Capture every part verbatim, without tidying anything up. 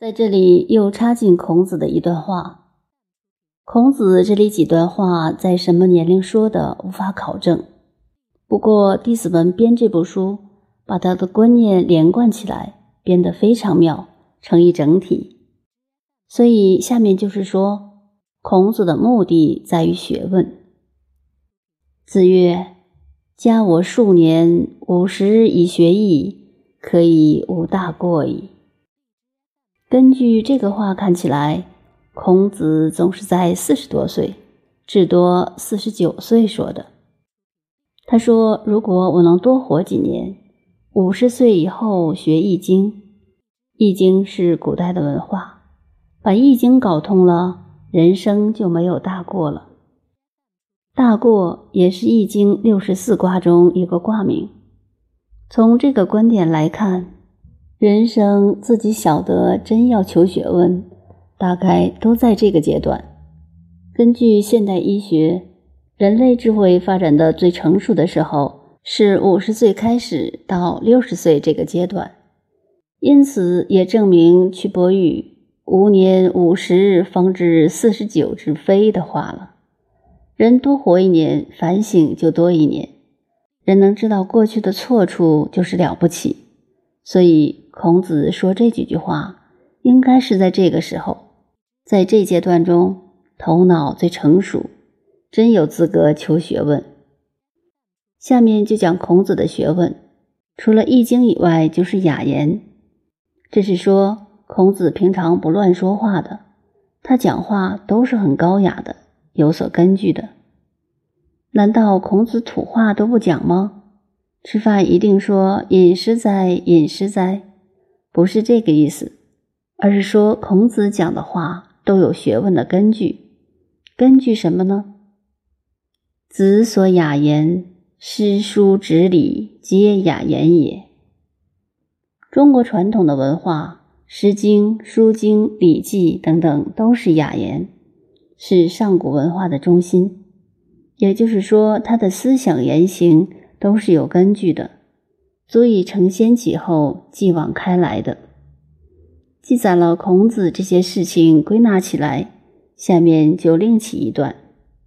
在这里又插进孔子的一段话。孔子这里几段话在什么年龄说的无法考证，不过弟子们编这部书，把他的观念连贯起来，编得非常妙，成一整体。所以下面就是说，孔子的目的在于学问。子曰：加我数年，五十以学艺，可以无大过矣。根据这个话看起来，孔子总是在四十多岁，至多四十九岁说的。他说，如果我能多活几年，五十岁以后学易经。易经是古代的文化，把易经搞通了，人生就没有大过了。大过也是易经六十四卦中一个卦名。从这个观点来看，人生自己晓得真要求学问，大概都在这个阶段。根据现代医学，人类智慧发展的最成熟的时候是五十岁开始到六十岁这个阶段，因此也证明屈伯玉吾年五十方知四十九之非的话了。人多活一年，反省就多一年，人能知道过去的错处就是了不起。所以孔子说这几句话，应该是在这个时候，在这阶段中头脑最成熟，真有资格求学问。下面就讲孔子的学问，除了易经以外就是雅言。这是说孔子平常不乱说话的，他讲话都是很高雅的，有所根据的。难道孔子土话都不讲吗？吃饭一定说饮食哉，饮食哉，不是这个意思，而是说孔子讲的话都有学问的根据。根据什么呢？子所雅言，诗书直礼，皆雅言也。中国传统的文化，诗经、书经、礼记等等都是雅言，是上古文化的中心。也就是说，他的思想言行都是有根据的，足以承先启后，继往开来的。记载了孔子这些事情归纳起来，下面就另起一段。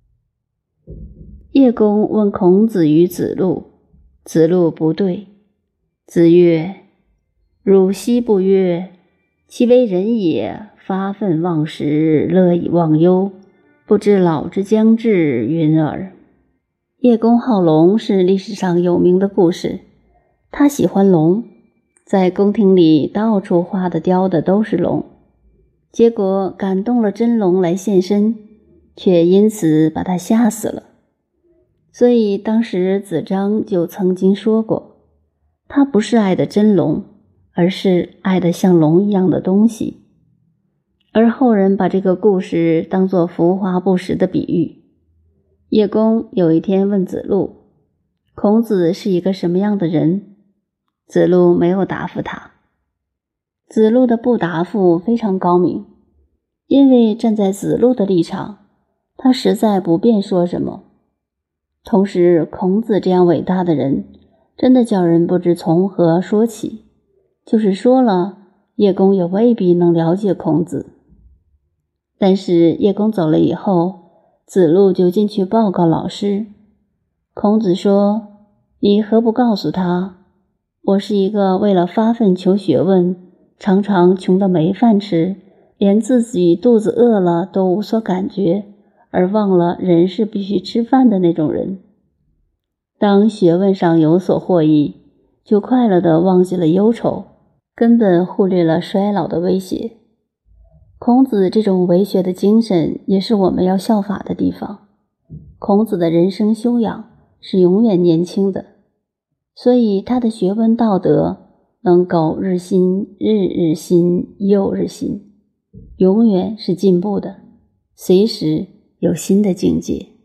叶公问孔子与子路，子路不对。子曰：汝奚不曰？其为人也，发愤忘食，乐以忘忧，不知老之将至，云耳。叶公好龙是历史上有名的故事，他喜欢龙，在宫廷里到处画的雕的都是龙，结果感动了真龙来现身，却因此把他吓死了。所以当时子张就曾经说过，他不是爱的真龙，而是爱的像龙一样的东西。而后人把这个故事当作浮华不实的比喻。叶公有一天问子路，孔子是一个什么样的人？子路没有答复他。子路的不答复非常高明，因为站在子路的立场，他实在不便说什么。同时，孔子这样伟大的人，真的叫人不知从何说起。就是说了，叶公也未必能了解孔子。但是叶公走了以后，子路就进去报告老师。孔子说，你何不告诉他，我是一个为了发奋求学问，常常穷得没饭吃，连自己肚子饿了都无所感觉，而忘了人是必须吃饭的那种人。当学问上有所获益，就快乐地忘记了忧愁，根本忽略了衰老的威胁。孔子这种为学的精神也是我们要效法的地方。孔子的人生修养是永远年轻的，所以他的学问道德能够日新日日新又日新，永远是进步的，随时有新的境界。